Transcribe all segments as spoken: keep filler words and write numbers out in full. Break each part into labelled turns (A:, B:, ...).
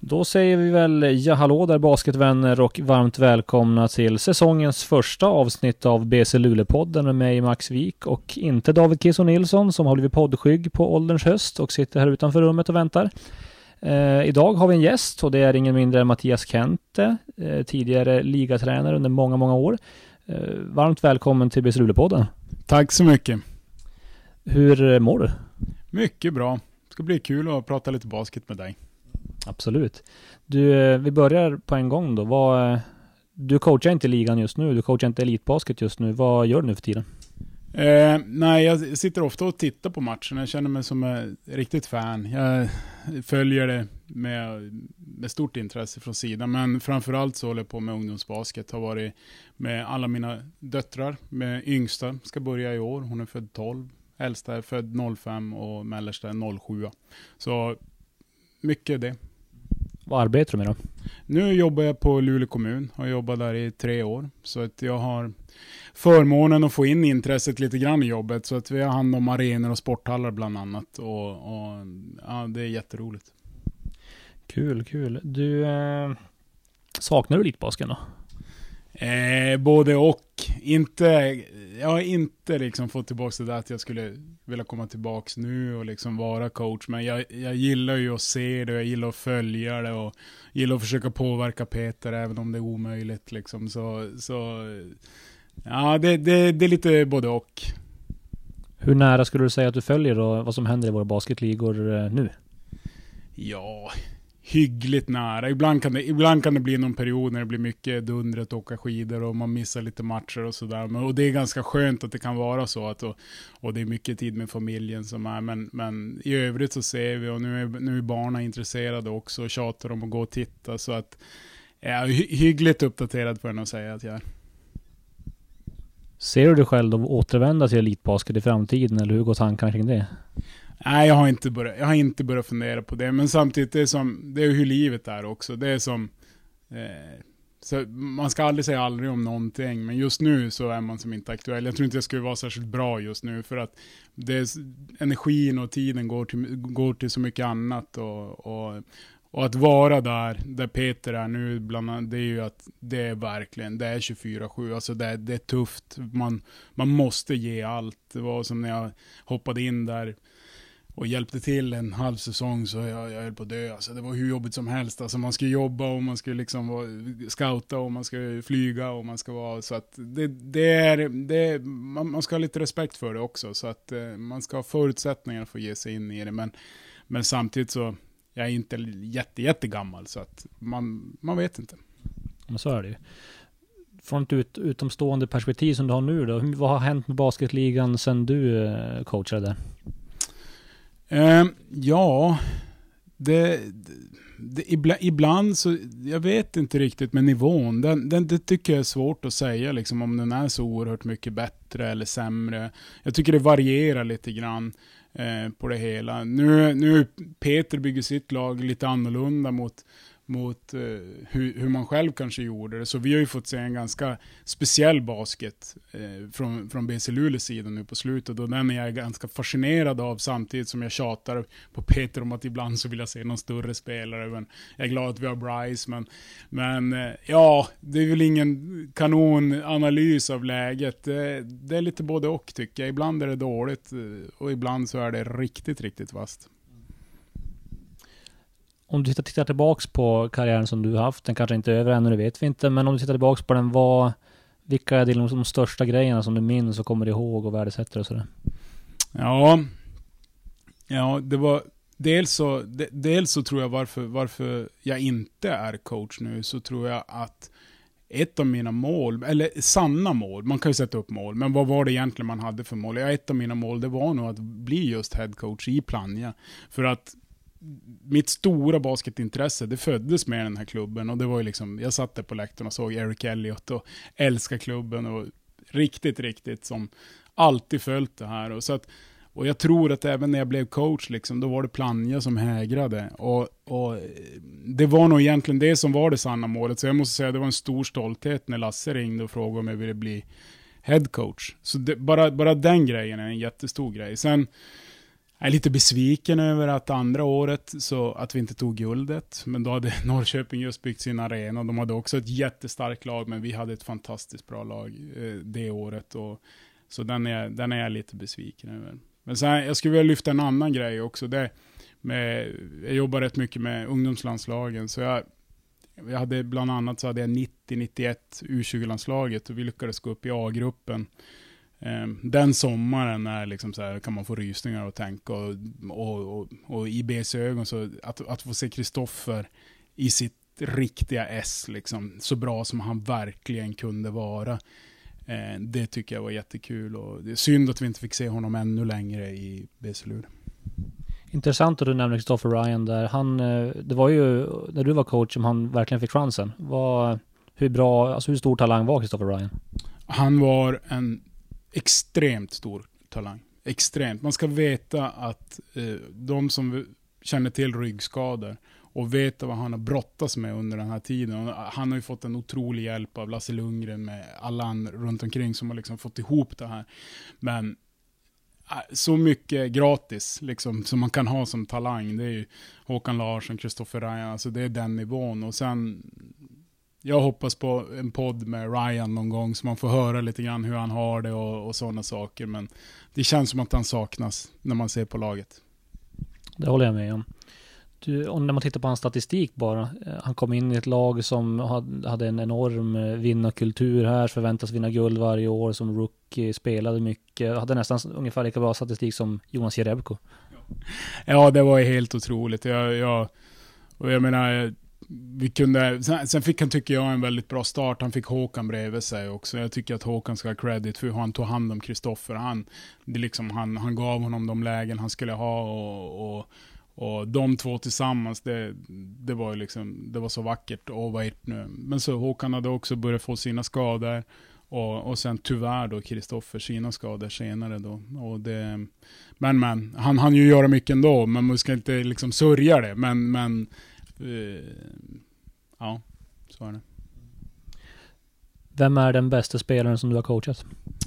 A: Då säger vi väl ja hallå där basketvänner och varmt välkomna till säsongens första avsnitt av B C Luleå-podden med mig Max Wik och inte David Kiso Nilsson som har blivit poddskygg på ålderns höst och sitter här utanför rummet och väntar. Eh, idag har vi en gäst och det är ingen mindre än Mattias Kente, eh, tidigare ligatränare under många, många år. Eh, varmt välkommen till B C Luleå-podden.
B: Tack så mycket.
A: Hur mår du?
B: Mycket bra. Det ska bli kul att prata lite basket med dig.
A: Absolut. Du, vi börjar på en gång då. Vad, du coachar inte ligan just nu, du coachar inte elitbasket just nu. Vad gör du nu för tiden?
B: Eh, nej, jag sitter ofta och tittar på matchen. Jag känner mig som ett riktigt fan. Jag följer det med, med stort intresse från sidan. Men framförallt så håller jag på med ungdomsbasket. Har varit med alla mina döttrar. Med yngsta ska börja i år. Hon är född tolv. Äldsta är född noll fem och mellersta är noll sju. Så mycket det.
A: Vad arbetar du med då?
B: Nu jobbar jag på Luleå kommun. Har jobbat där i tre år. Så att jag har förmånen att få in intresset lite grann i jobbet. Så att vi har hand om arenor och sporthallar bland annat. Och, och ja, det är jätteroligt.
A: Kul, kul. Du, eh, saknar du elitbasken då?
B: Eh, både och. Inte, jag har inte liksom fått tillbaka det där att jag skulle vilja komma tillbaka nu och liksom vara coach. Men jag, jag gillar ju att se det och jag gillar att följa det och gillar att försöka påverka Peter även om det är omöjligt. Liksom. Så, så ja, det, det, det är lite både och.
A: Hur nära skulle du säga att du följer då vad som händer i våra basketligor eh, nu?
B: Ja, hyggligt nära. Ibland kan, det, ibland kan det bli någon period när det blir mycket dundret åka skidor och man missar lite matcher och sådär. Och det är ganska skönt att det kan vara så. Att, och, och det är mycket tid med familjen som är. Men, men i övrigt så ser vi och nu är, nu är barnen intresserade också och tjatar om att gå och titta. Så att jag är hy- hyggligt uppdaterad för att säga att jag är.
A: Ser du dig själv då återvända till elitbasket i framtiden eller hur går tankarna kring det?
B: Nej, jag har inte börjat, jag har inte börjat fundera på det. Men samtidigt, det är, som, det är hur livet är också. Det är som... Eh, så man ska aldrig säga aldrig om någonting. Men just nu så är man som inte aktuell. Jag tror inte jag skulle vara särskilt bra just nu. För att det är, energin och tiden går till, går till så mycket annat. Och, och, och att vara där, där Peter är nu, bland annat, det är ju att det är verkligen, det är tjugofyra sju. Alltså det, det är tufft. Man, man måste ge allt. Det var som när jag hoppade in där och hjälpte till en halv säsong så jag, jag höll på att dö. Alltså, det var hur jobbigt som helst. Alltså, man ska jobba och man ska liksom vara, scouta och man ska flyga och man ska vara så att det, det är, det är man, man ska ha lite respekt för det också så att eh, man ska ha förutsättningar för att ge sig in i det. Men, men samtidigt så jag är inte jätte, jätte gammal så att man, man vet inte.
A: Men så är det ju. Från ett ut, utomstående perspektiv som du har nu då, vad har hänt med basketligan sedan du eh, coachade där?
B: Uh, ja, det, det, ibland, ibland så, jag vet inte riktigt med nivån, den, den, det tycker jag är svårt att säga liksom, om den är så oerhört mycket bättre eller sämre. Jag tycker det varierar lite grann eh, på det hela. Nu, nu Peter bygger sitt lag lite annorlunda mot mot eh, hur, hur man själv kanske gjorde det. Så vi har ju fått se en ganska speciell basket eh, från, från B C Luleås sida nu på slutet. Och den är jag ganska fascinerad av samtidigt som jag tjatar på Peter om att ibland så vill jag se någon större spelare. Men jag är glad att vi har Bryce. Men, men eh, ja, det är väl ingen kanonanalys av läget. Det, det är lite både och tycker jag. Ibland är det dåligt och ibland så är det riktigt, riktigt vasst.
A: Om du tittar tillbaks på karriären som du har haft, den kanske inte är över ännu, det vet vi inte, men om du tittar tillbaks på den, vad, vilka är de, de största grejerna som du minns och kommer ihåg och värdesätter och sådär?
B: Ja, ja det var dels så, de, dels så tror jag varför, varför jag inte är coach nu, så tror jag att ett av mina mål, eller sanna mål, man kan ju sätta upp mål, men vad var det egentligen man hade för mål? Ja, ett av mina mål, det var nog att bli just head coach i Plannja, för att mitt stora basketintresse, det föddes med den här klubben och det var ju liksom, jag satt där på läktaren och såg Eric Elliott och älskar klubben och riktigt, riktigt som alltid följt det här och så att, och jag tror att även när jag blev coach liksom, då var det Plannja som hägrade och, och det var nog egentligen det som var det sanna målet, så jag måste säga att det var en stor stolthet när Lasse ringde och frågade om jag ville bli head coach, så det, bara, bara den grejen är en jättestor grej. Sen Jag är lite besviken över att andra året så att vi inte tog guldet. Men då hade Norrköping just byggt sin arena. De hade också ett jättestarkt lag, men vi hade ett fantastiskt bra lag eh, det året. Och, så den är, den är jag lite besviken över. Men sen, jag skulle vilja lyfta en annan grej också. Det med, jag jobbar rätt mycket med ungdomslandslagen. Så jag, jag hade bland annat så hade jag nittio nittioett U tjugo-landslaget och vi lyckades gå upp i A-gruppen. Den sommaren är liksom så här, kan man få rysningar och tänka och, och, och, och i B S-ögon så att, att få se Kristoffer i sitt riktiga S liksom, så bra som han verkligen kunde vara, eh, det tycker jag var jättekul och det är synd att vi inte fick se honom ännu längre i B S-lur.
A: Intressant att du nämner Kristoffer Ryan där. Han, det var ju när du var coach som han verkligen fick chansen. Var, hur bra, alltså hur stor talang var Kristoffer Ryan?
B: Han var en extremt stor talang. Extremt. Man ska veta att eh, de som känner till ryggskador och vet vad han har brottats med under den här tiden. Han har ju fått en otrolig hjälp av Lasse Lundgren med alla andra runt omkring som har liksom fått ihop det här. Men så mycket gratis liksom, som man kan ha som talang. Det är ju Håkan Larsson, Kristoffer Ryan. Alltså det är den nivån. Och sen jag hoppas på en podd med Ryan någon gång så man får höra lite grann hur han har det och, och sådana saker. Men det känns som att han saknas när man ser på laget.
A: Det håller jag med om. Du, och när man tittar på hans statistik bara. Han kom in i ett lag som hade en enorm vinnarkultur här. Förväntas vinna guld varje år som rookie. Spelade mycket. Hade nästan ungefär lika bra statistik som Jonas Jerebko.
B: Ja, det var helt otroligt. Jag, jag, och jag menar... Vi kunde, sen, sen fick han, tycker jag, en väldigt bra start. Han fick Håkan bredvid sig också. Jag tycker att Håkan ska ha credit för hur han tog hand om Kristoffer. Han, det liksom, han, han gav honom de lägen han skulle ha och, och, och de två tillsammans, det, det var liksom, det var så vackert och vad nu. Men så Håkan hade också börjat få sina skador och, och sen tyvärr då Kristoffer sina skador senare då. Och det, men men, han hann ju göra mycket ändå, men man ska inte liksom sörja det. Men, men Uh, ja, så är det.
A: Vem är den bästa spelaren som du har coachat?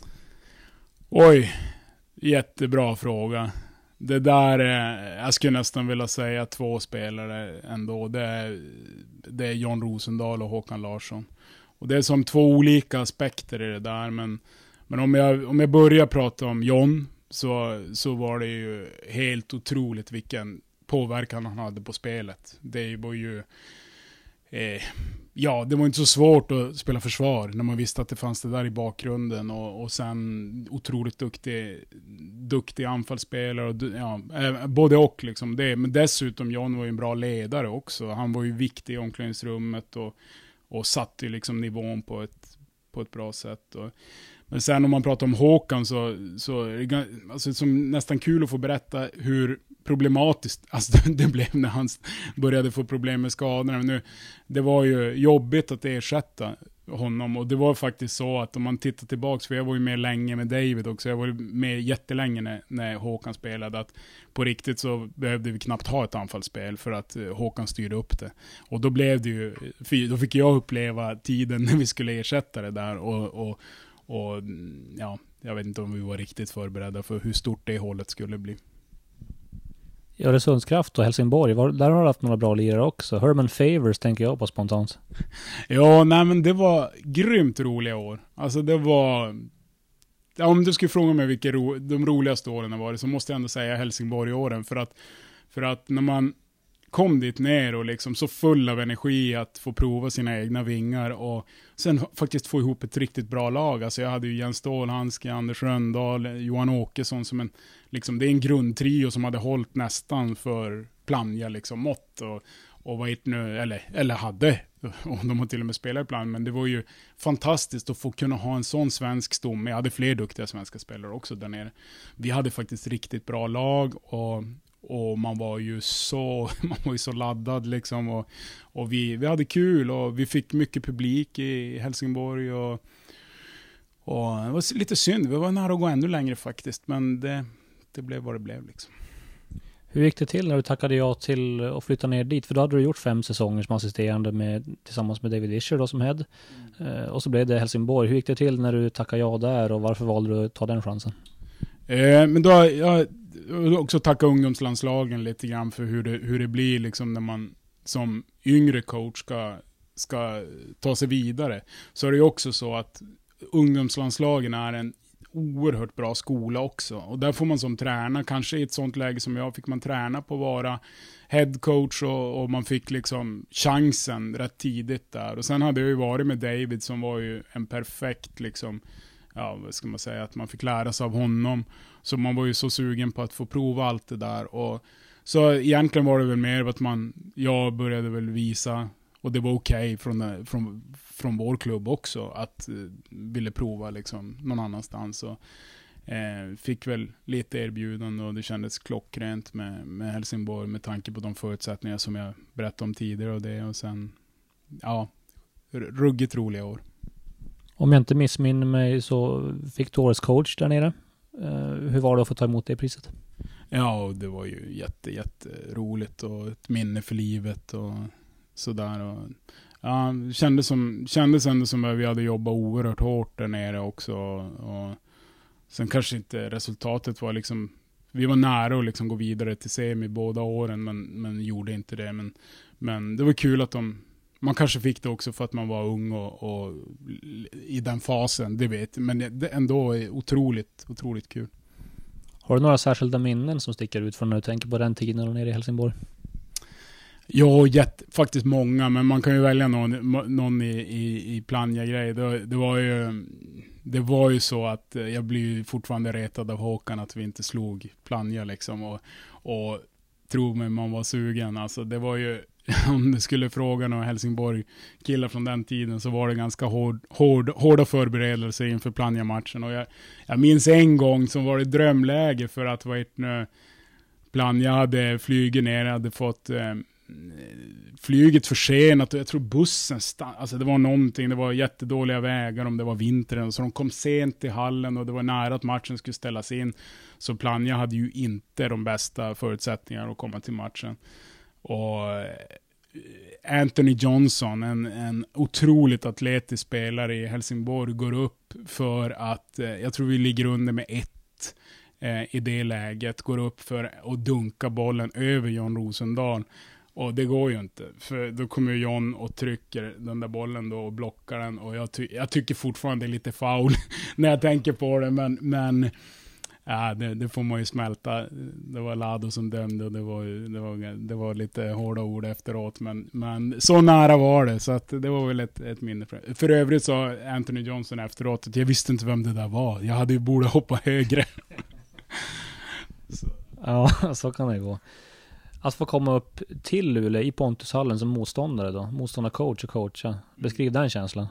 B: Oj, jättebra fråga. Det där är, jag skulle nästan vilja säga två spelare ändå. Det är, det är John Rosendahl och Håkan Larsson. Och det är som två olika aspekter i det där. Men, men om, jag, om jag börjar prata om John så, så var det ju helt otroligt vilken påverkan han hade på spelet. Det var ju eh, ja, det var inte så svårt att spela försvar när man visste att det fanns det där i bakgrunden och, och sen otroligt duktig duktig anfallsspelare och ja, eh, både och liksom det. Men dessutom John var ju en bra ledare också. Han var ju viktig i omklädningsrummet och, och satte ju liksom nivån på ett, på ett bra sätt. Och, men sen om man pratar om Håkan så, så är det alltså, som nästan kul att få berätta hur problematiskt alltså, det blev när han började få problem med skadorna. Men nu, det var ju jobbigt att ersätta honom och det var faktiskt så att om man tittar tillbaka, för jag var ju med länge med David också, jag var ju med jättelänge när, när Håkan spelade, att på riktigt så behövde vi knappt ha ett anfallsspel för att Håkan styrde upp det. Och då blev det ju, då fick jag uppleva tiden när vi skulle ersätta det där och, och, och ja, jag vet inte om vi var riktigt förberedda för hur stort det hållet skulle bli.
A: Öresundskraft och Helsingborg, var, där har du haft några bra lirare också. Herman Favors tänker jag på spontant.
B: Ja, nej men det var grymt roliga år. Alltså det var... Ja, om du skulle fråga mig vilka ro, de roligaste åren var det, så måste jag ändå säga Helsingborg-åren. För att, för att när man kom dit ner och liksom så full av energi att få prova sina egna vingar och sen faktiskt få ihop ett riktigt bra lag. Alltså jag hade ju Jens Stålhanske, Anders Röndahl, Johan Åkesson som en, liksom, det är en grundtrio som hade hållit nästan för Plannja liksom mått och, och var ett nu, eller, eller hade, och de har till och med spelat ibland, men det var ju fantastiskt att få kunna ha en sån svensk stomme. Jag hade fler duktiga svenska spelare också där nere. Vi hade faktiskt riktigt bra lag och Och man var ju så man var ju så laddad liksom och, och vi, vi hade kul och vi fick mycket publik i Helsingborg och, och det var lite synd. Vi var nära att gå ännu längre faktiskt, men det, det blev vad det blev liksom.
A: Hur gick det till när du tackade ja till att flytta ner dit? För då hade du gjort fem säsonger som assisterande med, tillsammans med David Vischer då som head. Mm. Eh, och så blev det Helsingborg. Hur gick det till när du tackade ja där och varför valde du att ta den chansen?
B: Eh, men då, jag också tacka ungdomslandslagen lite grann för hur det, hur det blir liksom när man som yngre coach ska, ska ta sig vidare. Så är det ju också så att ungdomslandslagen är en oerhört bra skola också. Och där får man som träna, kanske i ett sånt läge som jag, fick man träna på att vara head coach och, och man fick liksom chansen rätt tidigt där. Och sen hade jag ju varit med David som var ju en perfekt liksom, ja vad ska man säga, att man fick lära sig av honom. Så man var ju så sugen på att få prova allt det där. Och så egentligen var det väl mer att man, jag började väl visa, och det var okej okay från, från, från vår klubb också, att eh, ville prova liksom någon annanstans. Och, eh, fick väl lite erbjudande och det kändes klockrent med, med Helsingborg med tanke på de förutsättningar som jag berättade om tidigare och det. Och sen, ja, ruggigt roliga år.
A: Om jag inte missminner mig så fick du årets coach där nere. Eh, hur var det att få ta emot det priset?
B: Ja, och det var ju jätte, jätte roligt och ett minne för livet och sådär. Och, ja, kändes, som, kändes ändå som att vi hade jobbat oerhört hårt där nere också. Och, och sen kanske inte resultatet var liksom, vi var nära att liksom gå vidare till semi båda åren, men, men gjorde inte det. Men, men det var kul att de, man kanske fick det också för att man var ung och, och i den fasen, det vet jag. Men det, det ändå är otroligt, otroligt kul.
A: Har du några särskilda minnen som sticker ut från när du tänker på den tiden och nere i Helsingborg?
B: Ja, jätte, faktiskt många, men man kan ju välja någon, någon i, i, i Plannja-grej. Det, det, var ju, det var ju så att jag blir fortfarande retad av Håkan att vi inte slog Plannja liksom. Och, och tro mig, man var sugen. Alltså, det var ju, om du skulle fråga några Helsingborg-killar från den tiden så var det ganska hård, hård, hårda förberedelser inför Plannja-matchen. Och jag, jag minns en gång som var det drömläge för att vad nu, Plannja hade flugit ner, hade fått eh, flyget försenat och jag tror bussen stann, alltså det var någonting, det var jättedåliga vägar om det var vintern, så de kom sent till hallen och det var nära att matchen skulle ställas in. Så Plannja hade ju inte de bästa förutsättningarna att komma till matchen. Och Anthony Johnson, en, en otroligt atletisk spelare i Helsingborg, går upp för att, eh, jag tror vi ligger under med ett eh, i det läget, går upp för att dunka bollen över John Rosendahl. Och det går ju inte, för då kommer John och trycker den där bollen då och blockar den. Och jag, ty- jag tycker fortfarande det är lite foul när jag tänker på det, men, men ja, det, det får man ju smälta. Det var Lado som dömde och det var, det var, det var lite hårda ord efteråt. Men, men så nära var det, så att det var väl ett, ett minne. För, för övrigt sa Anthony Johnson efteråt att jag visste inte vem det där var. Jag hade ju borde hoppa högre.
A: Så. Ja, så kan det ju vara. Att få komma upp till Luleå i Pontushallen som motståndare då, motståndarcoach och coacha. Beskriv den känslan.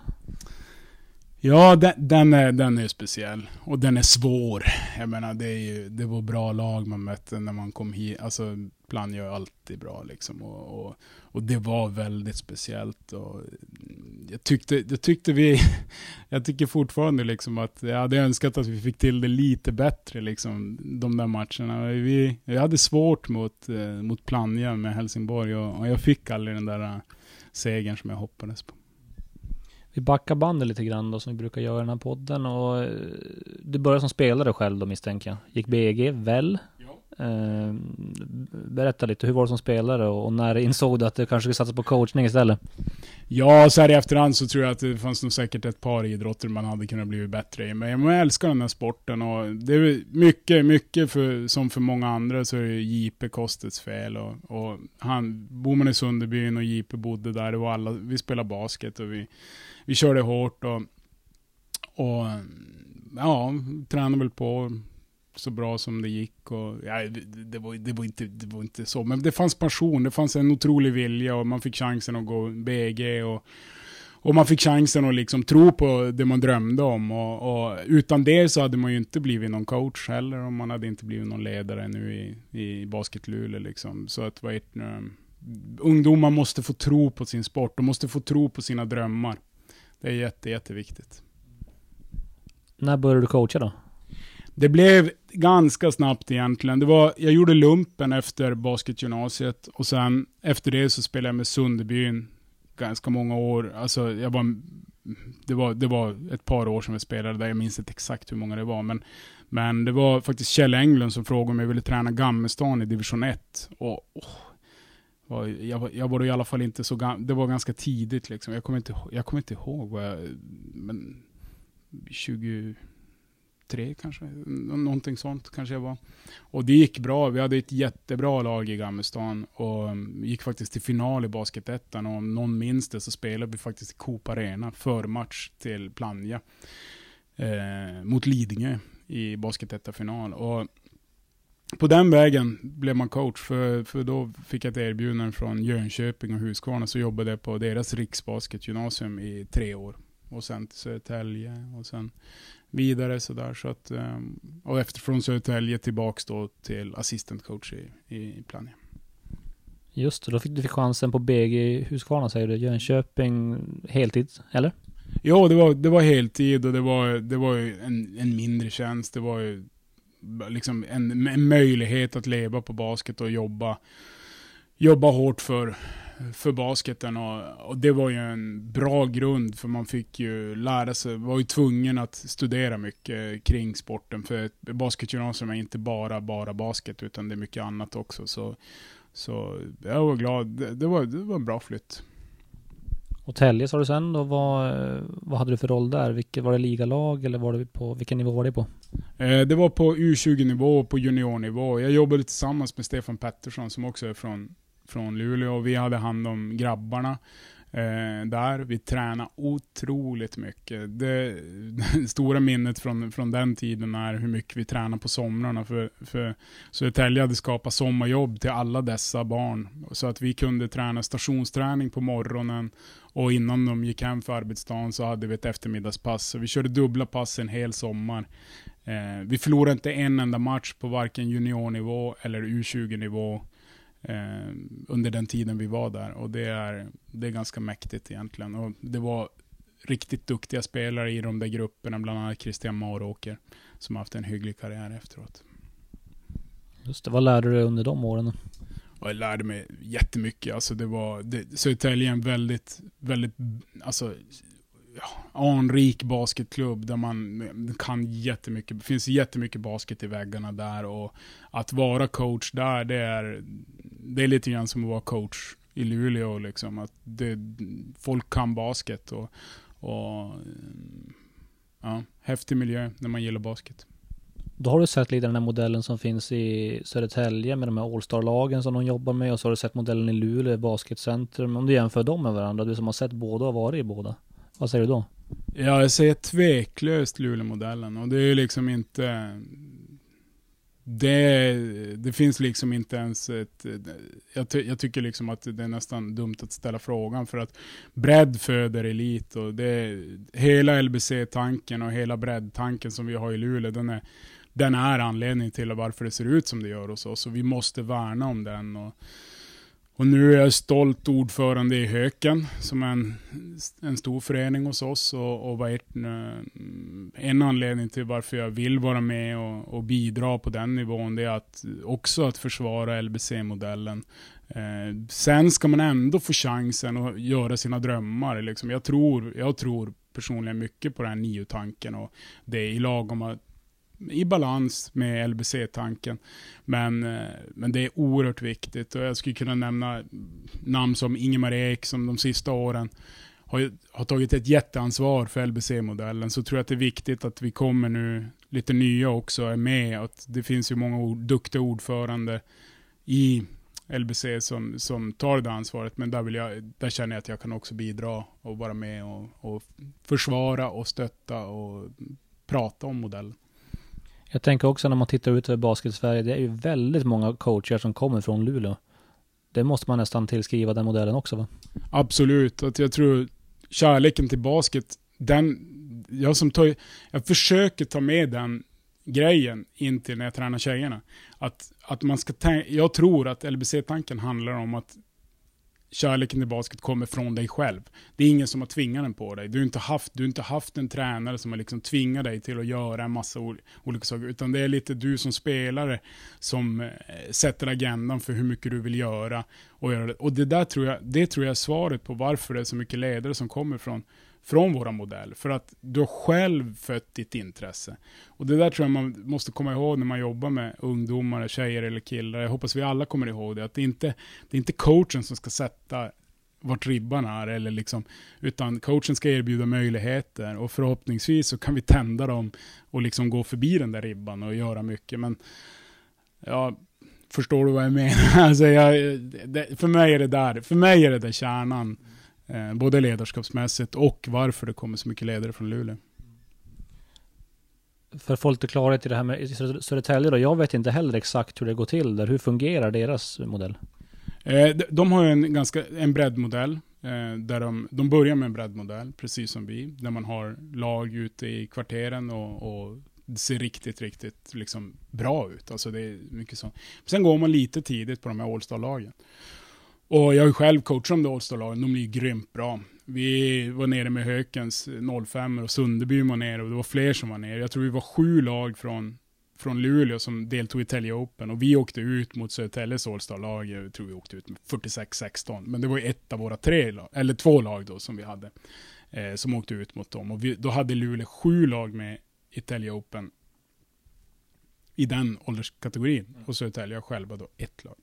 B: Ja, den, den, är, den är speciell. Och den är svår. Jag menar, det, är ju, det var bra lag man mötte när man kom hit. Alltså, Plannja gör alltid bra liksom. Och, och, och det var väldigt speciellt. Och jag tyckte, jag tyckte vi... Jag tycker fortfarande liksom att jag hade önskat att vi fick till det lite bättre liksom, de där matcherna. Vi, vi hade svårt mot, eh, mot Plannja med Helsingborg. Och, och jag fick aldrig den där uh, segern som jag hoppades på.
A: Vi backar bandet lite grann då, som vi brukar göra i den här podden. Och du började som spelare själv då, misstänker jag. Gick B G väl? Ja. Eh, berätta lite, hur var det som spelare och, och när insåg du att du kanske skulle satsa på coachning istället?
B: Ja, så här i efterhand så tror jag att det fanns nog säkert ett par idrotter man hade kunnat bli bättre i. Men jag älskar den här sporten och det är mycket, mycket för, som för många andra så är det J P Kostets fel. Och, och han, bor man i Sunderbyn och J P bodde där, det var alla, vi spelade basket och vi Vi körde hårt och, och ja, tränade väl på så bra som det gick. Och, ja, det, det, var, det, var inte, det var inte så. Men det fanns passion, det fanns en otrolig vilja och man fick chansen att gå B G. Och, och man fick chansen att liksom tro på det man drömde om. Och, och utan det så hade man ju inte blivit någon coach heller. Och man hade inte blivit någon ledare nu i, i Basket Luleå. Liksom. Så att vad ett, um, ungdomar måste få tro på sin sport. De måste få tro på sina drömmar. Det är jätte, jätteviktigt.
A: När började du coacha då?
B: Det blev ganska snabbt egentligen. Det var, jag gjorde lumpen efter basketgymnasiet och sen efter det så spelade jag med Sunderbyn ganska många år. Alltså jag var det var, det var ett par år som jag spelade där, jag minns inte exakt hur många det var, men, men det var faktiskt Kjell Englund som frågade om jag ville träna Gammelstad i division ett, och oh, jag, jag var i alla fall inte så gam- det var ganska tidigt liksom, jag kommer inte, jag kommer inte ihåg vad jag, men tjugotre kanske, någonting sånt kanske jag var. Och det gick bra, vi hade ett jättebra lag i Gammelstad och gick faktiskt till final i basketettan, och om någon minns det så spelade vi faktiskt i Coop Arena för match till Plannja eh, mot Lidingö i basketettafinal, och på den vägen blev man coach, för, för då fick jag ett erbjudande från Jönköping och Huskvarna, så jobbade jag på deras riksbasketgymnasium i tre år. Och sen till Södertälje och sen vidare sådär. Så att, och efter från Södertälje tillbaks då till assistant coach i, i Plannja.
A: Just det, då fick du fick chansen på B G Huskvarna, säger du. Jönköping heltid, eller?
B: Ja, det var, det var heltid, och det var, det var en, en mindre tjänst. Det var ju liksom en, en möjlighet att leva på basket och jobba, jobba hårt för för basketen, och, och det var ju en bra grund, för man fick ju lära sig, var ju tvungen att studera mycket kring sporten, för basketgymnasium är inte bara bara basket, utan det är mycket annat också, så, så jag var glad, det, det, var, det var en bra flytt.
A: Och Tälje sa du sen då, vad, vad hade du för roll där? Vilket, var det ligalag eller var det på, vilken nivå var det på?
B: Eh, det var på U tjugo-nivå och på juniornivå. Jag jobbade tillsammans med Stefan Pettersson som också är från från Luleå, och vi hade hand om grabbarna eh, där. Vi tränade otroligt mycket. Det, det stora minnet från, från den tiden är hur mycket vi tränade på somrarna, för, för Södertälje hade skapat sommarjobb till alla dessa barn, så att vi kunde träna stationsträning på morgonen, och innan de gick hem för arbetsdagen så hade vi ett eftermiddagspass, så vi körde dubbla pass en hel sommar. Eh, vi förlorade inte en enda match på varken juniornivå eller U tjugo-nivå Eh, under den tiden vi var där, och det är, det är ganska mäktigt egentligen, och det var riktigt duktiga spelare i de där grupperna, bland annat Christian Maråker som har haft en hygglig karriär efteråt.
A: Just det, vad lärde du dig under de åren?
B: Och jag lärde mig jättemycket, alltså det var det, Södertälje en väldigt, väldigt alltså ja, anrik basketklubb där man kan jättemycket, det finns jättemycket basket i väggarna där, och att vara coach där, det är det är lite grann som att vara coach i Luleå liksom, att det, folk kan basket, och, och ja, häftig miljö när man gillar basket.
A: Då har du sett lite den här modellen som finns i Södertälje med de här All-Star-lagen som de jobbar med, och så har du sett modellen i Luleå, basketcentrum. Om du jämför dem med varandra, du som har sett båda och varit i båda, vad säger du då?
B: Ja, jag säger tveklöst Luleå-modellen, och det är liksom inte det, det finns liksom inte ens ett, jag, ty, jag tycker liksom att det är nästan dumt att ställa frågan, för att bredd föder elit, och det, hela L B C-tanken och hela breddtanken som vi har i Luleå, den är, den är anledningen till varför det ser ut som det gör hos oss, och vi måste värna om den. Och Och nu är jag stolt ordförande i Höken, som är en, en stor förening hos oss. Och, och vad är en anledning till varför jag vill vara med och, och bidra på den nivån, det är att också att försvara L B C-modellen. Eh, sen ska man ändå få chansen att göra sina drömmar. Liksom. Jag, tror, jag tror personligen mycket på den här nio-tanken, och det är i lagom att i balans med L B C-tanken. Men, men det är oerhört viktigt, och jag skulle kunna nämna namn som Ingemar Ek som de sista åren har, har tagit ett jätteansvar för L B C-modellen. Så tror jag att det är viktigt att vi kommer nu lite nya också är med. Att det finns ju många ord, duktiga ordförande i L B C som, som tar det ansvaret, men där, vill jag, där känner jag att jag kan också bidra och vara med och, och försvara och stötta och prata om modellen.
A: Jag tänker också när man tittar ut över basket i Sverige, det är ju väldigt många coacher som kommer från Luleå. Det måste man nästan tillskriva den modellen också, va?
B: Absolut, att jag tror kärleken till basket, den, jag, som tar, jag försöker ta med den grejen in till när jag tränar tjejerna. Att, att man ska tänka, jag tror att L B C-tanken handlar om att kärleken till basket kommer från dig själv. Det är ingen som har tvingat den på dig. Du har inte haft, du har inte haft en tränare som har liksom tvingat dig till att göra en massa ol- olika saker. Utan det är lite du som spelare som eh, sätter agendan för hur mycket du vill göra. Och, göra det. Och det där tror jag, det tror jag är svaret på varför det är så mycket ledare som kommer från, från våra modell. För att du har själv fött ditt intresse. Och det där tror jag man måste komma ihåg när man jobbar med ungdomar, tjejer eller killar. Jag hoppas vi alla kommer ihåg det. Att det inte det är inte coachen som ska sätta vart ribban är. Eller liksom, utan coachen ska erbjuda möjligheter. Och förhoppningsvis så kan vi tända dem och liksom gå förbi den där ribban och göra mycket. Men ja, förstår du vad jag menar? Alltså jag, det, för mig är det där. För mig är det där kärnan. Eh, både ledarskapsmässigt och varför det kommer så mycket ledare från Luleå.
A: För att få lite klarhet i det här med Södertälje då, jag vet inte heller exakt hur det går till där. Hur fungerar deras modell?
B: Eh, de, de har ju en ganska en breddmodell. Eh, där de, de börjar med en breddmodell, precis som vi. Där man har lag ute i kvarteren och, och det ser riktigt, riktigt liksom bra ut. Alltså det är mycket så. Sen går man lite tidigt på de här All-Star-lagen. Och jag har ju själv coachat om det All-Star-lagen. De blir ju grymt bra. Vi var nere med Hökens noll fem och Sunderby var nere och det var fler som var nere. Jag tror vi var sju lag från, från Luleå som deltog i Tälje Open. Och vi åkte ut mot Södertäljes All-Star-lag. Jag tror vi åkte ut med fyrtiosex sexton. Men det var ju ett av våra tre lag, eller två lag då som vi hade. Eh, som åkte ut mot dem. Och vi, då hade Luleå sju lag med i Tälje Open. I den ålderskategorin. Och Södertälje själva då ett lag.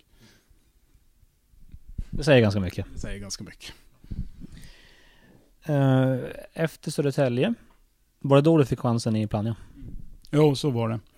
A: Det säger ganska mycket.
B: Det säger ganska mycket.
A: Efter Södertälje, var det då du fick chansen i Plannja?
B: Jo, så var det.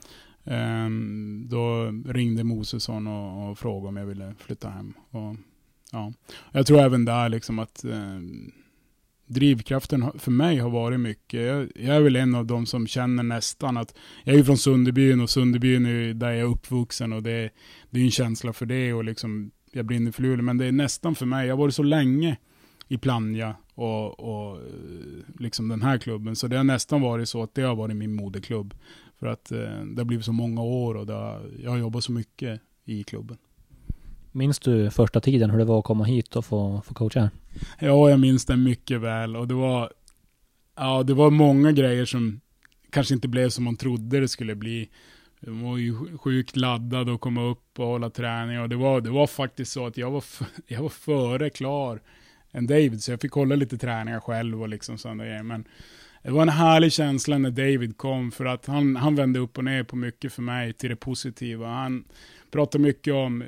B: Um, då ringde Mosesson och, och frågade om jag ville flytta hem. Och, ja. Jag tror även där liksom att um, drivkraften för mig har varit mycket. Jag, jag är väl en av dem som känner nästan att jag är ju från Sunderbyn och Sunderbyn är där jag är uppvuxen och det, det är en känsla för det och liksom jag brinner för Luleå, men det är nästan för mig. Jag har varit så länge i Plannja och, och liksom den här klubben, så det har nästan varit så att det har varit min moderklubb. För att eh, det har blivit så många år och det har, jag har jobbat så mycket i klubben.
A: Minns du första tiden hur det var att komma hit och få, få coacha här?
B: Ja, jag minns det mycket väl. Och det var, ja, det var många grejer som kanske inte blev som man trodde det skulle bli. Jag var ju sjukt laddad och komma upp och hålla träning. Och det var, det var faktiskt så att jag var, f- jag var före klar än David. Så jag fick hålla lite träningar själv och liksom sådana grejer. Men det var en härlig känsla när David kom. För att han, han vände upp och ner på mycket för mig till det positiva. Han pratade mycket om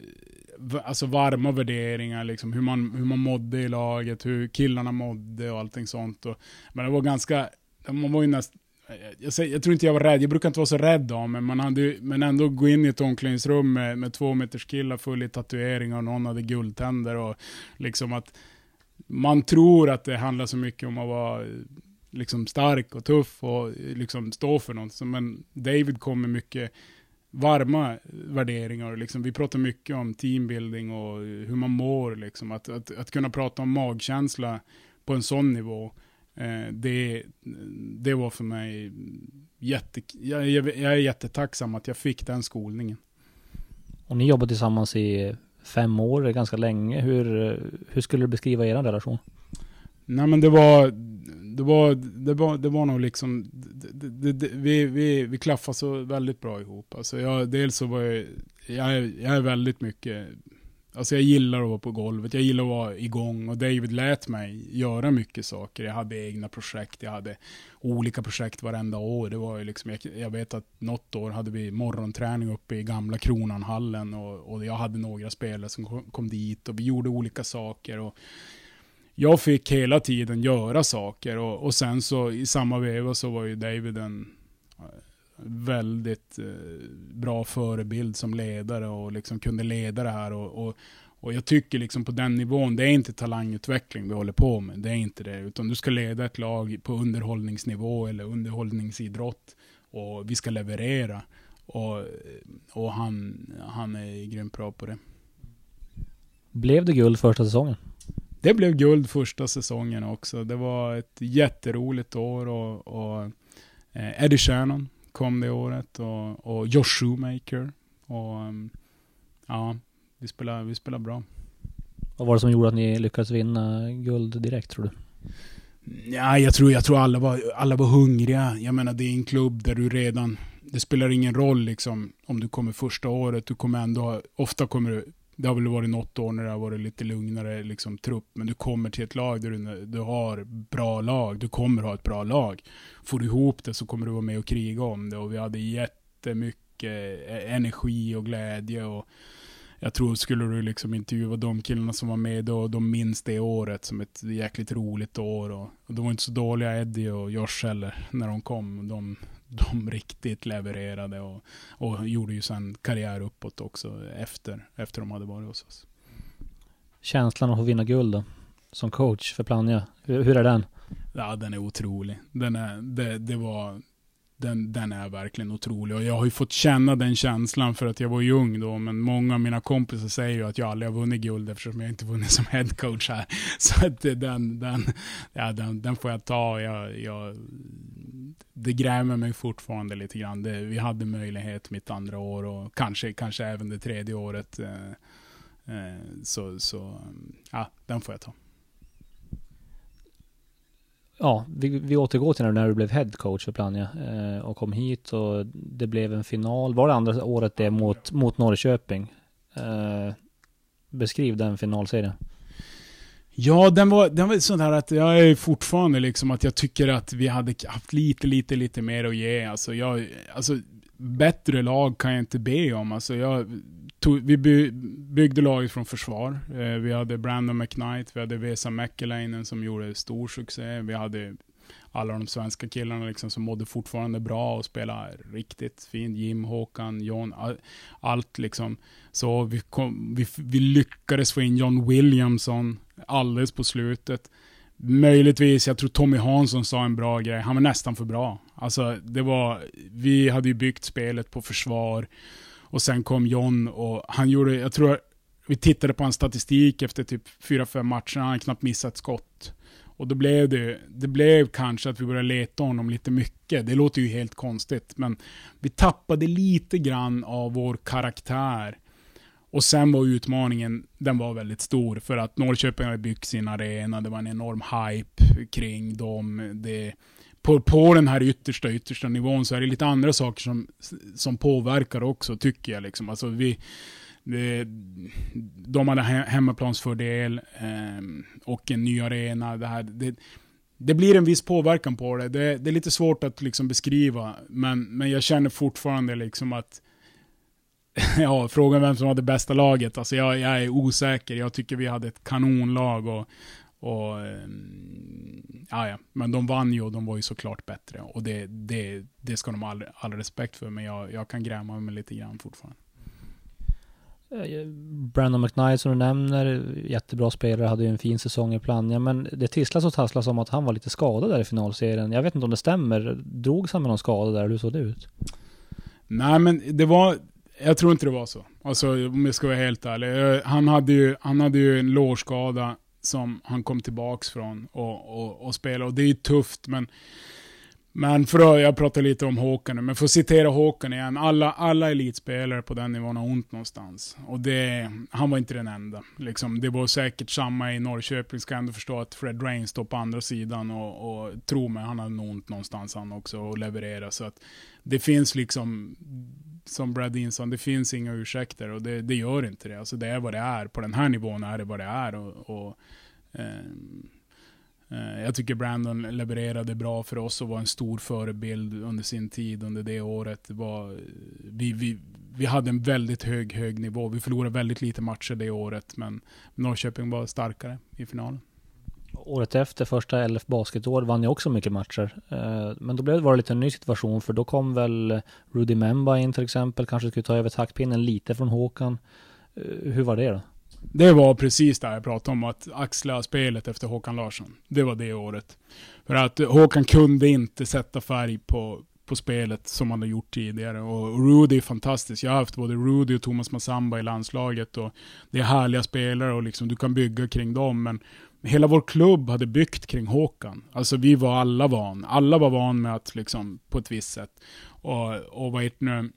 B: eh, alltså varma värderingar. Liksom, hur, man, hur man mådde i laget. Hur killarna mådde och allting sånt. Och, men det var ganska... Man var ju nästan... Jag, säger, jag tror inte jag var rädd, jag brukar inte vara så rädd av men man hade, men ändå gå in i ett omklädningsrum med, med två meters killar full i tatueringar och någon hade guldtänder och liksom att man tror att det handlar så mycket om att vara liksom stark och tuff och liksom stå för något, men David kom med mycket varma värderingar och liksom, vi pratar mycket om teambuilding och hur man mår liksom, att, att, att kunna prata om magkänsla på en sån nivå. Det, det var för mig jätte, jag, jag är jättetacksam att jag fick den skolningen.
A: Och ni jobbade tillsammans i fem år, ganska länge. Hur, hur skulle du beskriva er relation?
B: Nej, men det var det var det var det var nog liksom det, det, det, vi vi vi klaffade så väldigt bra ihop. Alltså jag dels så var jag jag är, jag är väldigt mycket. Alltså jag gillar att vara på golvet, jag gillar att vara igång och David lät mig göra mycket saker. Jag hade egna projekt, jag hade olika projekt varenda år. Det var ju liksom, jag, jag vet att något år hade vi morgonträning uppe i gamla Kronanhallen och, och jag hade några spelare som kom, kom dit och vi gjorde olika saker och jag fick hela tiden göra saker och, och sen så i samma veva så var ju David en väldigt eh, bra förebild som ledare och liksom kunde leda det här och, och, och jag tycker liksom på den nivån, det är inte talangutveckling vi håller på med, det är inte det, utan du ska leda ett lag på underhållningsnivå eller underhållningsidrott och vi ska leverera och, och han, han är grymt bra på det.
A: Blev det guld första säsongen?
B: Det blev guld första säsongen också, det var ett jätteroligt år och, och eh, Eddie Shannon kom det året och, och Josh Shoemaker och ja, vi spelar, vi spelar bra.
A: Vad var det som gjorde att ni lyckades vinna guld direkt, tror du?
B: Ja, jag tror, jag tror alla var, alla var hungriga. Jag menar, det är en klubb där du redan, det spelar ingen roll liksom om du kommer första året, du kommer ändå, ofta kommer du det har väl varit något år när det har varit lite lugnare liksom, trupp, men du kommer till ett lag där du, du har bra lag, du kommer ha ett bra lag. Får du ihop det så kommer du vara med och kriga om det, och vi hade jättemycket energi och glädje, och jag tror skulle du liksom intervjua de killarna som var med då, de minns det året som ett jäkligt roligt år, och, och de var inte så dåliga, Eddie och Josh heller, när de kom. De, de riktigt levererade och, och gjorde ju sen karriär uppåt också efter, efter de hade varit hos oss.
A: Känslan av att vinna guld då, som coach för Plannja, hur, hur är den?
B: Ja, den är otrolig. Den är, det, det var... Den, den är verkligen otrolig, och jag har ju fått känna den känslan för att jag var ju ung då, men många av mina kompisar säger ju att jag aldrig har vunnit guld eftersom jag inte vunnit som headcoach här, så att den, den, ja, den, den får jag ta. Jag, jag, det grämer mig fortfarande lite grann. Det, vi hade möjlighet mitt andra år, och kanske, kanske även det tredje året, eh, eh, så, så ja, den får jag ta.
A: Ja, vi, vi återgår till när du blev head coach för Plannja eh, och kom hit, och det blev en final. Var det andra året det mot, mot Norrköping? Eh, beskriv den finalserien.
B: Ja, den var, den var sån här att jag är fortfarande liksom att jag tycker att vi hade haft lite, lite, lite mer att ge. Alltså, jag, alltså bättre lag kan jag inte be om. Alltså, jag tog, vi by, byggde laget från försvar. Eh, vi hade Brandon McKnight, vi hade Vesa Mäkeläinen som gjorde stor succé. Vi hade alla de svenska killarna liksom som mådde fortfarande bra och spelade riktigt fint. Jim, Håkan, John, all, allt liksom. Så vi, kom, vi, vi lyckades få in John Williamson alldeles på slutet. Möjligtvis, jag tror Tommy Hansson sa en bra grej. Han var nästan för bra. Alltså, det var, vi hade ju byggt spelet på försvar. Och sen kom John och han gjorde, jag tror, vi tittade på hans statistik efter typ fyra fem matcher. Han hade knappt missat skott. Och då blev det, det blev kanske att vi började leta honom lite mycket. Det låter ju helt konstigt. Men vi tappade lite grann av vår karaktär. Och sen var utmaningen, den var väldigt stor. För att Norrköping hade byggt sin arena. Det var en enorm hype kring dem. Det, på, på den här yttersta, yttersta nivån så är det lite andra saker som, som påverkar också, tycker jag. Liksom. Alltså vi... Det, de hade hemmaplansfördel eh, och en ny arena. Det, här, det, det blir en viss påverkan på det. Det, det är lite svårt att liksom beskriva, men, men jag känner fortfarande liksom att ja, frågan vem som hade bästa laget. Alltså jag, jag är osäker. Jag tycker vi hade ett kanonlag och, och eh, ja, ja. Men de vann ju och de var ju såklart bättre. Och det, det, det ska de ha all, all respekt för, men jag, jag kan gräma mig lite grann fortfarande.
A: Brandon McKnight som du nämner, jättebra spelare, hade ju en fin säsong i Plannja, men det tisslas och tasslas om att han var lite skadad där i finalserien. Jag vet inte om det stämmer. Drogs han med någon skada där? Hur såg det ut? Nej, men det var, jag tror inte det var så. Alltså, om jag ska vara helt ärlig. Han hade ju, han hade ju en lårskada som han kom tillbaks från och, och, och spelade. Och det är ju tufft, men Men för att jag pratar lite om Håkan nu, men för att citera Håkan igen, alla, alla elitspelare på den nivån har ont någonstans. Och det, han var inte den enda. Liksom, det var säkert samma i Norrköping, ska jag ändå förstå att Fred Rain står på andra sidan och, och tro mig, han hade ont någonstans han också och leverera. Så att det finns liksom, som Brad Inson, det finns inga ursäkter och det, det gör inte det. Alltså det är vad det är, på den här nivån är det vad det är och, och eh, jag tycker Brandon levererade bra för oss och var en stor förebild under sin tid, under det året. Det var, vi, vi, vi hade en väldigt hög, hög nivå. Vi förlorade väldigt lite matcher det året, men Norrköping var starkare i finalen. Året efter, första L F basketår, vann jag också mycket matcher. Men då blev det var det lite en ny situation, för då kom väl Rudy Memba in till exempel. Kanske skulle ta över taktpinnen lite från Håkan. Hur var det då? Det var precis där jag pratade om, att axla spelet efter Håkan Larsson. Det var det året. För att Håkan kunde inte sätta färg på, på spelet som han hade gjort tidigare. Och Rudy är fantastisk. Jag har haft både Rudy och Thomas Massamba i landslaget. Och det är härliga spelare och liksom, du kan bygga kring dem. Men hela vår klubb hade byggt kring Håkan. Alltså vi var alla van. Alla var van med att liksom, på ett visst sätt. Och, och vad heter nu...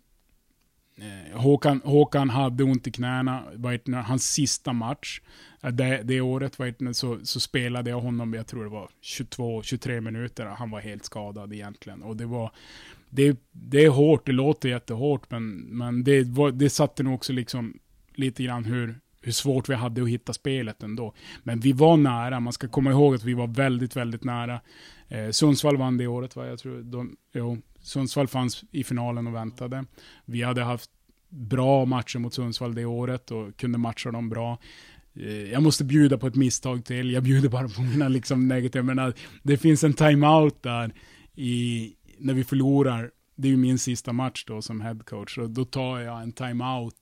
A: Håkan, Håkan hade ont i knäna. Hans sista match det, det året så, så spelade jag honom, jag tror det var tjugotvå tjugotre minuter. Han var helt skadad egentligen. Och det var det, det är hårt, det låter jättehårt, men, men det, var, det satte nog också liksom lite grann hur,
B: hur svårt vi hade att hitta spelet ändå. Men vi var nära, man ska komma ihåg att vi var väldigt, väldigt nära. Eh, Sundsvall vann det året, va? Jag tror de, jo, Sundsvall fanns i finalen och väntade. Vi hade haft bra matcher mot Sundsvall det året och kunde matcha dem bra. Eh, jag måste bjuda på ett misstag till, jag bjuder bara på mina liksom negativa, men det finns en timeout där i, när vi förlorar. Det är ju min sista match då som headcoach, och då tar jag en timeout.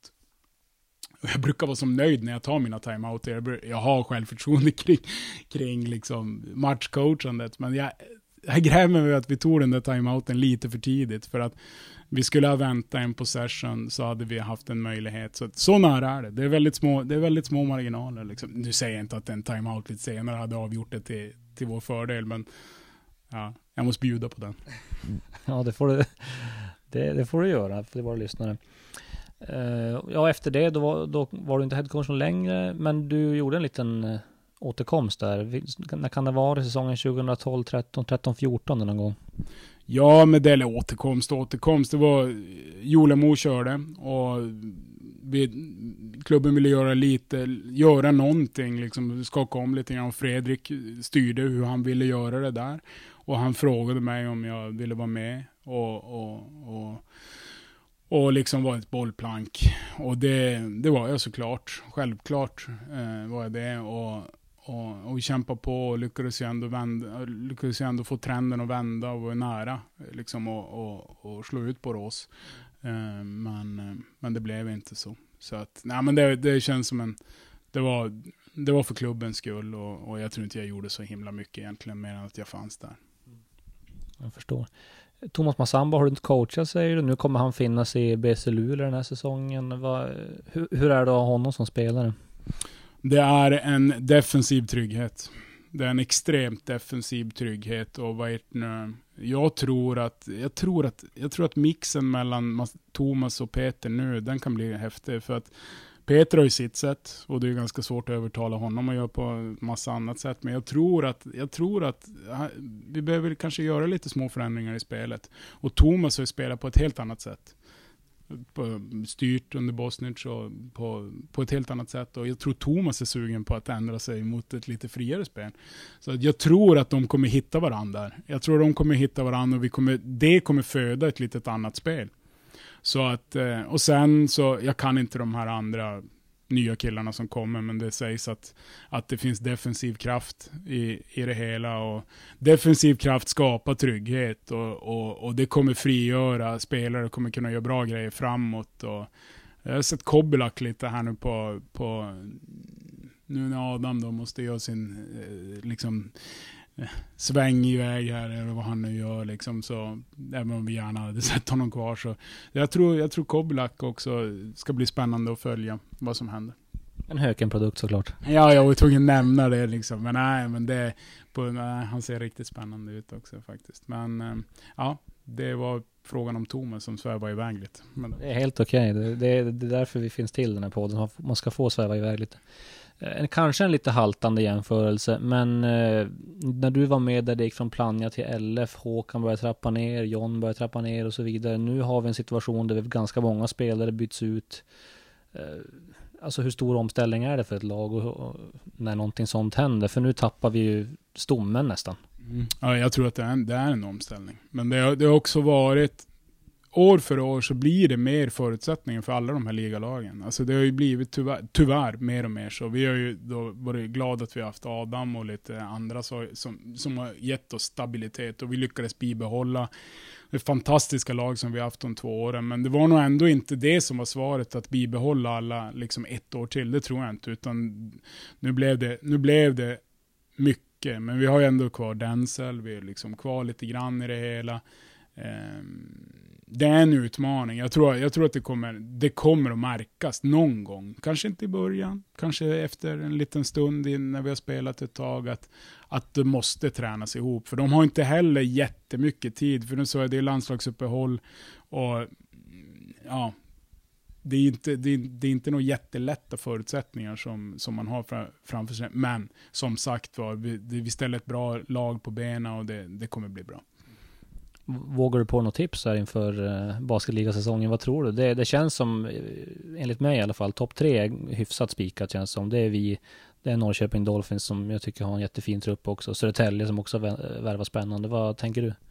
B: Jag brukar vara som nöjd när jag tar mina timeouter. Jag har självförtroende kring, kring liksom matchcoachandet. Men jag, jag grämer mig att vi tog den där timeouten lite för tidigt. För att vi skulle ha väntat en possession så hade vi haft en möjlighet. Så, så nära är det. Det är väldigt små, det är väldigt små marginaler. Liksom. Nu säger jag inte att en timeout lite senare hade avgjort det till, till vår fördel. Men ja, jag måste bjuda på den.
A: Ja, det får du, det, det får du göra för våra lyssnare. Uh, ja, efter det då var, då var du inte headcoach längre, men du gjorde en liten uh, återkomst där. När kan det vara säsongen tjugohundratolv, tretton, tretton, fjorton någon gång?
B: Ja, med det återkomst återkomst. Det var Jolemo körde och vi, klubben ville göra lite, göra någonting, liksom skaka om lite grann. Fredrik styrde hur han ville göra det där. Och han frågade mig om jag ville vara med och, och, och Och liksom var ett bollplank. Och det, det var jag såklart. Självklart eh, var jag det. Och, och, och vi kämpade på och lyckades ändå, vända, lyckades ändå få trenden att vända och var nära liksom, och, och, och slå ut på Rås. Eh, men, men det blev inte så. Så att, nej, men det, det känns som en... Det var, det var för klubbens skull och, och jag tror inte jag gjorde så himla mycket egentligen mer än att jag fanns där.
A: Jag förstår. Thomas Massamba har du inte coachat, säger du. Nu kommer han finnas i B C Luleå den här säsongen. Vad, hur, hur är det att ha honom som spelare?
B: Det är en defensiv trygghet. Det är en extremt defensiv trygghet. Och vad är det nu? Jag tror att jag tror att jag tror att mixen mellan Thomas och Peter nu, den kan bli häftig, för att Peter har ju sitt sätt och det är ganska svårt att övertala honom att göra på massa annat sätt. Men jag tror att, jag tror att vi behöver kanske göra lite små förändringar i spelet. Och Thomas har ju spelat på ett helt annat sätt. På, styrt under Bosnich och på, på ett helt annat sätt. Och jag tror Thomas är sugen på att ändra sig mot ett lite friare spel. Så jag tror att de kommer hitta varandra. Jag tror att de kommer hitta varandra och vi kommer, det kommer föda ett litet annat spel. Så att, och sen så, jag kan inte de här andra nya killarna som kommer, men det sägs att, att det finns defensiv kraft i, i det hela, och defensiv kraft skapar trygghet och, och, och det kommer frigöra spelare, kommer kunna göra bra grejer framåt. Och jag har sett Kobilak lite här nu på, på nu när Adam då måste göra sin liksom sväng iväg här eller vad han nu gör liksom, så även om vi gärna hade sett honom kvar, så jag tror, jag tror Kobilak också ska bli spännande att följa vad som händer.
A: En Höken-produkt såklart.
B: Ja, jag var tvungen att nämna det liksom, men nej, men det på, nej, han ser riktigt spännande ut också faktiskt. Men ja, det var frågan om Thomas som svävar iväg lite. Men
A: det är helt okej. Okay. Det, det, det är därför vi finns till den här podden. Man ska få sväva iväg lite. En, kanske en lite haltande jämförelse, men eh, när du var med där det gick från Plannja till L F, Håkan började trappa ner, John började trappa ner och så vidare. Nu har vi en situation där vi ganska många spelare byts ut. Eh, alltså hur stor omställning är det för ett lag och, och, när någonting sånt händer? För nu tappar vi ju stommen nästan.
B: Mm. Ja, jag tror att det är en, det är en omställning. Men det har, det har också varit år för år så blir det mer förutsättningar för alla de här ligalagen. Alltså det har ju blivit tyvärr, tyvärr mer och mer så. Vi har ju då varit glada att vi har haft Adam och lite andra så, som, som har gett oss stabilitet, och vi lyckades bibehålla det fantastiska lag som vi har haft de två åren. Men det var nog ändå inte det som var svaret, att bibehålla alla liksom ett år till. Det tror jag inte, utan nu blev det, nu blev det mycket. Men vi har ju ändå kvar Denzel, vi är liksom kvar lite grann i det hela. Det är en utmaning. Jag tror, jag tror att det kommer, det kommer att märkas någon gång. Kanske inte i början. Kanske efter en liten stund när vi har spelat ett tag. Att, att det måste tränas ihop. För de har inte heller jättemycket tid. För nu så är det landslagsuppehåll. Och ja, det är inte, det är, det är inte några jättelätta förutsättningar som, som man har fra, framför sig. Men som sagt var, vi, vi ställer ett bra lag på benen och det, det kommer bli bra.
A: Vågar du på något tips här inför uh, basketligasäsongen? Vad tror du? Det, det känns som, enligt mig i alla fall, topp tre är hyfsat spikat känns som. Det är vi, det är Norrköping Dolphins som jag tycker har en jättefin trupp också. Södertälje som också värvar spännande. Vad tänker du?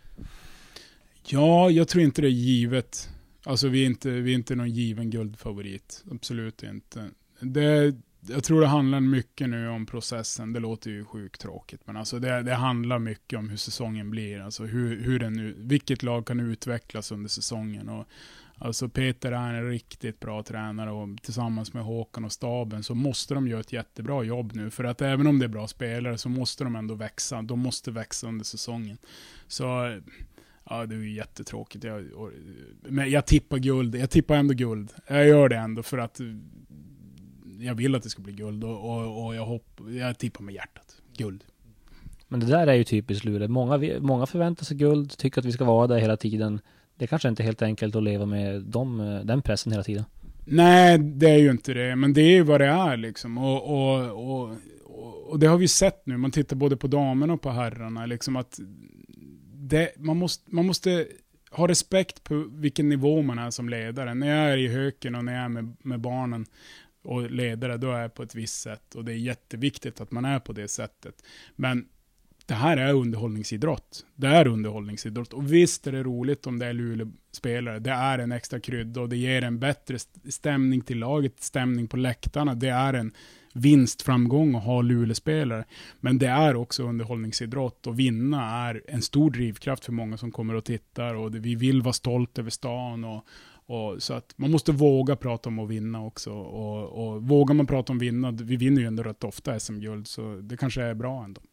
B: Ja, jag tror inte det är givet. Alltså vi är inte, vi är inte någon given guldfavorit. Absolut inte. Det, jag tror det handlar mycket nu om processen. Det låter ju sjukt tråkigt. Men alltså det, det handlar mycket om hur säsongen blir. Alltså hur, hur den nu, vilket lag kan utvecklas under säsongen. Och alltså Peter är en riktigt bra tränare. Och tillsammans med Håkan och staben så måste de göra ett jättebra jobb nu. För att även om det är bra spelare så måste de ändå växa. De måste växa under säsongen. Så... Ja, det är ju jättetråkigt. Jag, och, men jag tippar guld. Jag tippar ändå guld. Jag gör det ändå för att jag vill att det ska bli guld. Och, och, och jag, hopp, jag tippar med hjärtat. Guld.
A: Men det där är ju typiskt Luleå. Många, många förväntar sig guld. Tycker att vi ska vara där hela tiden. Det är kanske inte är helt enkelt att leva med dem, den pressen hela tiden.
B: Nej, det är ju inte det. Men det är ju vad det är liksom. Och, och, och, och det har vi sett nu. Man tittar både på damerna och på herrarna. Liksom att... Det, man, måste, man måste ha respekt på vilken nivå man är som ledare. När jag är i höken och när jag är med, med barnen och ledare, då är jag på ett visst sätt. Och det är jätteviktigt att man är på det sättet. Men det här är underhållningsidrott. Det är underhållningsidrott. Och visst är det roligt om det är Luleå-spelare. Det är en extra krydda och det ger en bättre stämning till laget, stämning på läktarna. Det är en vinstframgång att ha Luleå-spelare. Men det är också underhållningsidrott och vinna är en stor drivkraft för många som kommer och tittar och det, vi vill vara stolt över stan och, och så att man måste våga prata om att vinna också och, och vågar man prata om vinna, vi vinner ju ändå rätt ofta S M-guld så det kanske är bra ändå.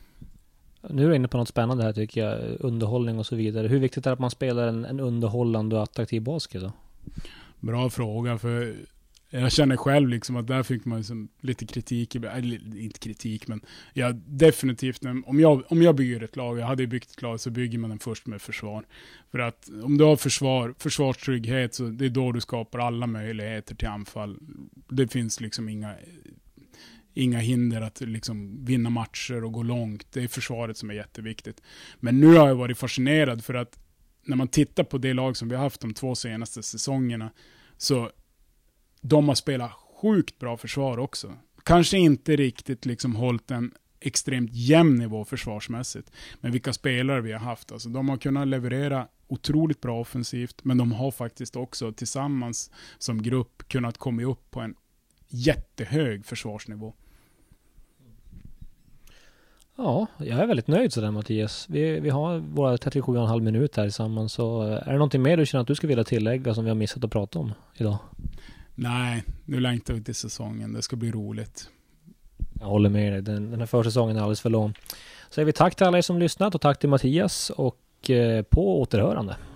A: Nu är du inne på något spännande här tycker jag, underhållning och så vidare. Hur viktigt är det att man spelar en, en underhållande och attraktiv basket då?
B: Bra fråga, för jag känner själv liksom att där fick man liksom lite kritik, eller inte kritik men ja, definitivt om jag, om jag bygger ett lag, jag hade byggt ett lag så bygger man den först med försvar. För att om du har försvar, försvarstrygghet så det är då du skapar alla möjligheter till anfall. Det finns liksom inga inga hinder att liksom vinna matcher och gå långt. Det är försvaret som är jätteviktigt. Men nu har jag varit fascinerad för att när man tittar på det lag som vi har haft de två senaste säsongerna så de har spelat sjukt bra försvar också. Kanske inte riktigt liksom hållit en extremt jämn nivå försvarsmässigt. Men vilka spelare vi har haft. Alltså, de har kunnat leverera otroligt bra offensivt. Men de har faktiskt också tillsammans som grupp kunnat komma upp på en jättehög försvarsnivå.
A: Ja, jag är väldigt nöjd sådär Mattias. Vi, vi har våra trettiosju och en halv minut här tillsammans. Så är det någonting mer du känner att du skulle vilja tillägga som vi har missat att prata om idag?
B: Nej, nu längtar vi till säsongen. Det ska bli roligt.
A: Jag håller med dig. Den, den här försäsongen är alldeles för lång. Så är vi tack till alla er som lyssnat och tack till Mattias och eh, på återhörande.